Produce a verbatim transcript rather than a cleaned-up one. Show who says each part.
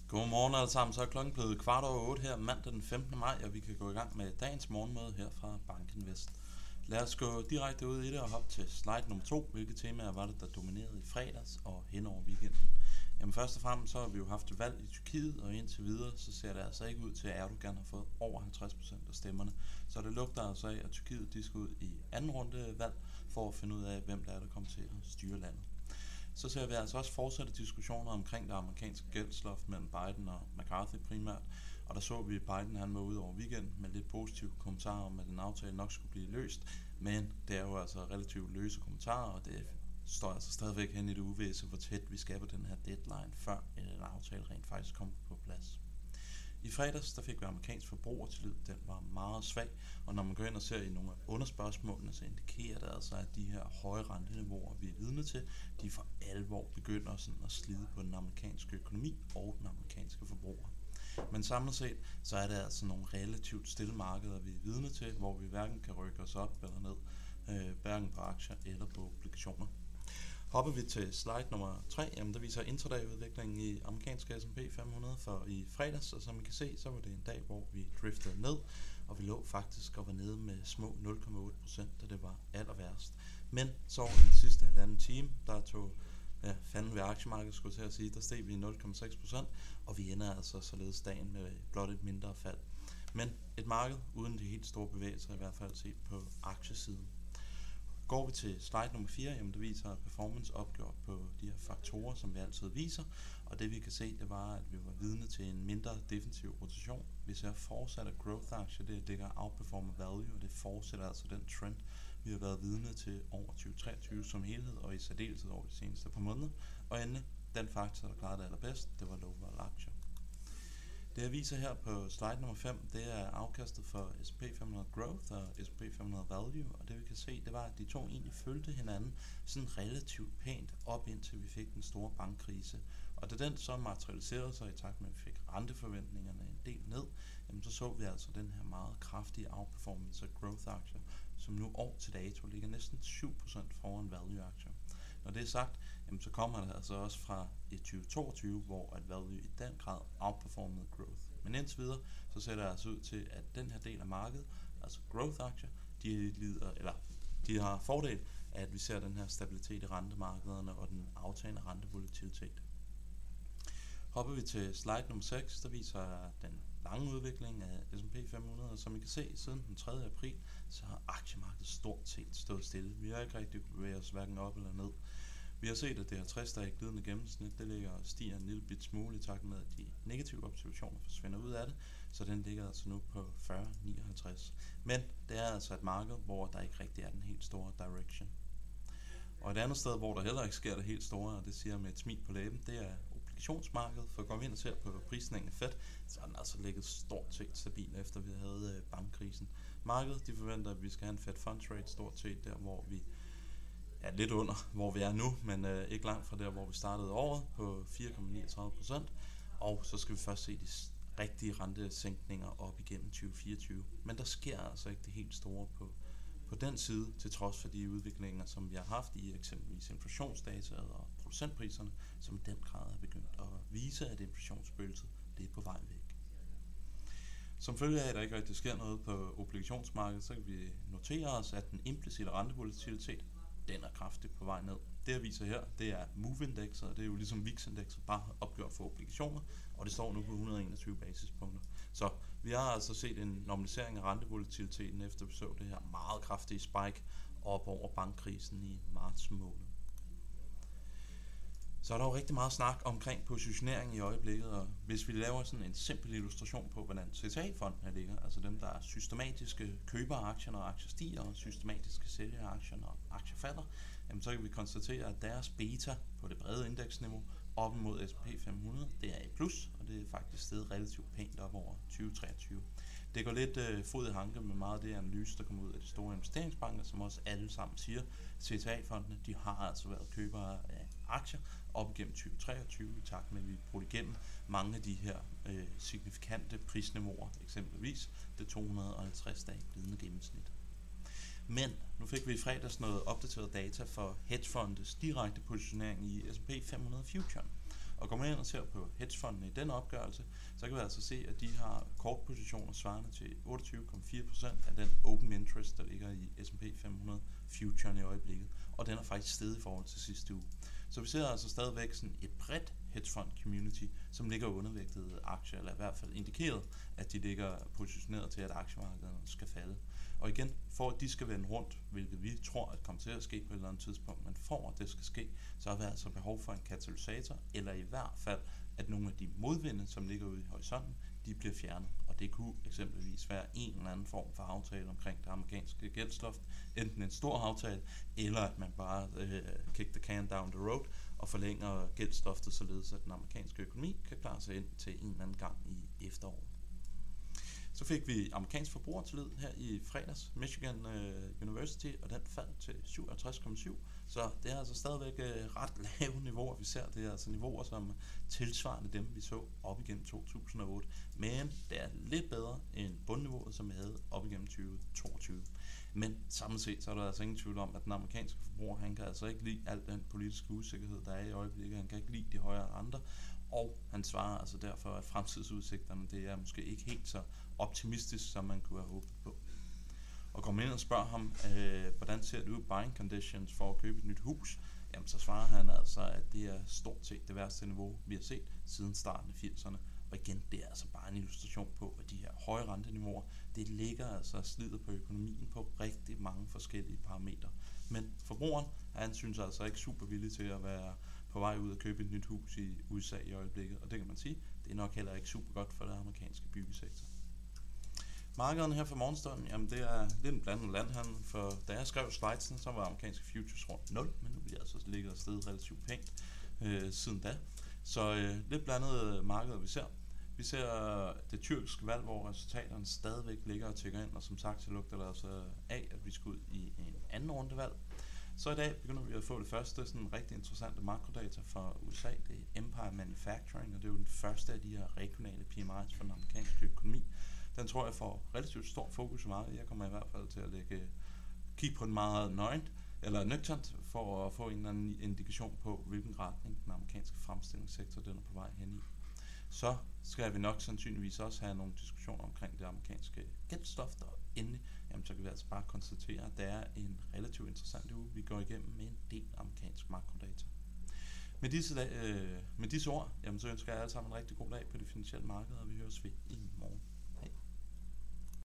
Speaker 1: Godmorgen alle sammen, så er klokken blevet kvart over otte her mandag den femtende maj, og vi kan gå i gang med dagens morgenmøde her fra Bankinvest. Lad os gå direkte ud i det og hoppe til slide nummer to. Hvilke temaer var det, der dominerede i fredags og hen over weekenden? Jamen først og fremmest så har vi jo haft valg i Tyrkiet, og indtil videre så ser det altså ikke ud til, at Erdogan har fået over halvtreds procent af stemmerne. Så det lugter altså af, at Tyrkiet de skal ud i anden runde valg for at finde ud af, hvem der er, der kommer til at styre landet. Så ser vi altså også fortsætte diskussioner omkring det amerikanske gældsloft mellem Biden og McCarthy primært. Og der så vi, at Biden han var ude over weekenden med lidt positive kommentarer om, at den aftale nok skulle blive løst. Men det er jo altså relativt løse kommentarer, og det står altså stadigvæk hen i det uvisse, hvor tæt vi skal på den her deadline, før en aftale rent faktisk kommer på plads. I fredags der fik vi amerikansk forbrugertillid, den var meget svag, og når man går ind og ser i nogle af underspørgsmålene, så indikerer det altså, at de her høje renteniveauer, vi er vidne til, de for alvor begynder sådan at slide på den amerikanske økonomi og den amerikanske forbruger. Men samlet set, så er det altså nogle relativt stille markeder, vi er vidne til, hvor vi hverken kan rykke os op eller ned, øh, hverken på aktier eller på obligationer. Hopper vi til slide nummer tre, jamen der viser intraday-udviklingen i amerikanske S and P fem hundrede for i fredags, og som I kan se, så var det en dag, hvor vi driftede ned, og vi lå faktisk og var nede med små nul komma otte procent, da det var aller værst. Men så over den sidste halvanden time, der tog ja, fanden ved aktiemarkedet, skulle jeg til at sige, der steg vi i nul komma seks procent, og vi ender altså således dagen med blot et mindre fald. Men et marked uden de helt store bevægelser, i hvert fald set på aktiesiden. Går vi til slide nummer fire, jamen det viser performance opgjort på de her faktorer, som vi altid viser. Og det vi kan se, det var, at vi var vidne til en mindre defensiv rotation. Vi ser fortsat at growth-aktier, det ligger outperformer value, og det fortsætter altså den trend, vi har været vidne til over tyve treogtyve som helhed, og i særdeleshed over de seneste par måneder. Og endelig, den faktor, der klarede det allerbedst, det var low-vol aktier. Det jeg viser her på slide nummer fem, det er afkastet for S and P fem hundrede Growth og S and P fem hundrede Value, og det vi kan se, det var, at de to egentlig følte hinanden sådan relativt pænt op, indtil vi fik den store bankkrise. Og da den så materialiserede sig i takt med, at vi fik renteforventningerne en del ned, jamen så så vi altså den her meget kraftige outperformance af growth-aktier, som nu år til dato ligger næsten syv procent foran value-aktier. Når det er sagt, jamen så kommer det altså også fra i tyve toogtyve, hvor at value i den grad outperformede growth. Men indtil videre, så ser det altså ud til, at den her del af markedet, altså growth-aktier, de lider, eller de har fordel af, at vi ser den her stabilitet i rentemarkederne og den aftagende rentevolatilitet. Hopper vi til slide nummer seks, der viser den lange udvikling af S and P fem hundrede, og som I kan se, siden den tredje april, så har aktiemarkedet stort set stået stille. Vi har ikke rigtig kunnet bevæge os hverken op eller ned. Vi har set, at det halvtreds dage glidende gennemsnit, det ligger og stiger en lille bit smule i takt med, at de negative observationer forsvinder ud af det, så den ligger altså nu på fyrre komma nioghalvtreds. Men det er altså et marked, hvor der ikke rigtig er den helt store direction. Og et andet sted, hvor der heller ikke sker det helt store, og det siger med et smil på læben, det er obligationsmarkedet. For går vi ind og ser på prisningen af Fed, så har den altså ligget stort set stabil, efter vi havde bankkrisen. Markedet, de forventer, at vi skal have en Fed Funds Rate stort set der, hvor vi er lidt under, hvor vi er nu, men øh, ikke langt fra der, hvor vi startede året på fire komma niogtredive procent. Og så skal vi først se de rigtige rentesænkninger op igennem tyve fireogtyve. Men der sker altså ikke det helt store på, på den side, til trods for de udviklinger, som vi har haft i eksempelvis inflationsdata og producentpriserne, som i den grad er begyndt at vise, at inflationsspøgelset det er på vej væk. Som følge af, at der ikke rigtig sker noget på obligationsmarkedet, så kan vi notere os, at den implicite rentevolatilitet, den er kraftigt på vej ned. Det jeg viser her, det er MOVE-indekset, og det er jo ligesom V I X-indekset, bare opgjort for obligationer, og det står nu på et hundrede og enogtyve basispunkter. Så vi har altså set en normalisering af rentevolatiliteten, efter vi så det her meget kraftige spike op over bankkrisen i marts måned. Så er der jo rigtig meget snak omkring positionering i øjeblikket, og hvis vi laver sådan en simpel illustration på, hvordan C T A-fonden ligger, altså dem, der er systematiske køber af aktier, når aktier stiger, og systematiske sælger af aktier, når aktier falder, jamen så kan vi konstatere, at deres beta på det brede indeksniveau op mod S and P fem hundrede, det er i plus, og det er faktisk steget relativt pænt op over tyve treogtyve. Det går lidt øh, fod i hanke med meget af det analyse, der kommer ud af de store investeringsbanker, som også alle sammen siger, C T A-fondene, de har altså været købere af aktier op igennem tyve treogtyve, i takt med, at vi bruger igennem mange af de her øh, signifikante prisniveauer, eksempelvis det to hundrede og halvtreds dage glidende gennemsnit. Men nu fik vi i fredags noget opdateret data for hedgefondes direkte positionering i S and P fem hundrede Future. Og går man ind og ser på hedgefondene i den opgørelse, så kan vi altså se, at de har kortpositioner svarende til otteogtyve komma fire procent af den open interest, der ligger i S and P fem hundrede futuren i øjeblikket. Og den er faktisk steget i forhold til sidste uge. Så vi ser altså stadigvæk sådan et bredt hedgefond community, som ligger undervægtede aktier, eller i hvert fald indikeret, at de ligger positioneret til, at aktiemarkederne skal falde. Og igen, for at de skal vende rundt, hvilket vi tror, at kommer til at ske på et eller andet tidspunkt, men for at det skal ske, så har vi altså behov for en katalysator, eller i hvert fald, at nogle af de modvinde, som ligger ude i horisonten, de bliver fjernet. Og det kunne eksempelvis være en eller anden form for aftale omkring det amerikanske gældsloft, enten en stor aftale, eller at man bare øh, kick the can down the road og forlænger gældsloftet, således at den amerikanske økonomi kan klare sig ind til en eller anden gang i efteråret. Så fik vi amerikansk forbrugertillid her i fredags, Michigan University, og den faldt til syvoghalvtreds komma syv. Så det er altså stadigvæk ret lave niveauer, vi ser. Det er altså niveauer, som tilsvarende dem, vi så op igennem to tusind og otte. Men det er lidt bedre end bundniveauet, som vi havde op igennem tyve toogtyve. Men samlet set, så er der altså ingen tvivl om, at den amerikanske forbruger, han kan altså ikke lide al den politiske usikkerhed, der er i øjeblikket. Han kan ikke lide de højere renter. Og han svarer altså derfor, at fremtidsudsigterne, det er måske ikke helt så optimistisk, som man kunne have håbet på. Og går man ind og spørger ham, øh, hvordan ser det ud buying conditions for at købe et nyt hus, jamen så svarer han altså, at det er stort set det værste niveau, vi har set siden starten af firserne. Og igen, det er altså bare en illustration på, at de her høje renteniveauer, det ligger altså slider på økonomien på rigtig mange forskellige parametre. Men forbrugeren, han synes altså ikke super villig til at være på vej ud og købe et nyt hus i U S A i øjeblikket. Og det kan man sige, det er nok heller ikke super godt for det amerikanske byggesektor. Markederne her for morgenstunden, jamen det er lidt en blandet landhandel, for da jeg skrev slidesen, så var amerikanske futures rundt nul, men nu er de altså ligget og steget relativt pænt øh, siden da. Så øh, lidt blandede markeder vi ser. Vi ser det tyrkiske valg, hvor resultaterne stadigvæk ligger og tækker ind, og som sagt så lugter der altså af, at vi skal ud i en anden rundevalg. Så i dag begynder vi at få det første sådan rigtig interessante makrodata fra U S A, det er Empire Manufacturing, og det er jo den første af de her regionale P M I's for den amerikanske økonomi. Den tror jeg får relativt stor fokus i markedet. Jeg kommer i hvert fald til at lægge kigge på den meget nøgent, eller nøgternt, for at få en eller anden indikation på, hvilken retning den amerikanske fremstillingssektor den er på vej hen i. Så skal vi nok sandsynligvis også have nogle diskussioner omkring det amerikanske gældsloft, og endelig, jamen, så kan vi altså bare konstatere, at det er en relativt interessant uge, vi går igennem med en del amerikansk makrodata. Med disse, dag, øh, med disse ord, jamen, så ønsker jeg alle sammen en rigtig god dag på det finansielle marked, og vi høres ved i morgen.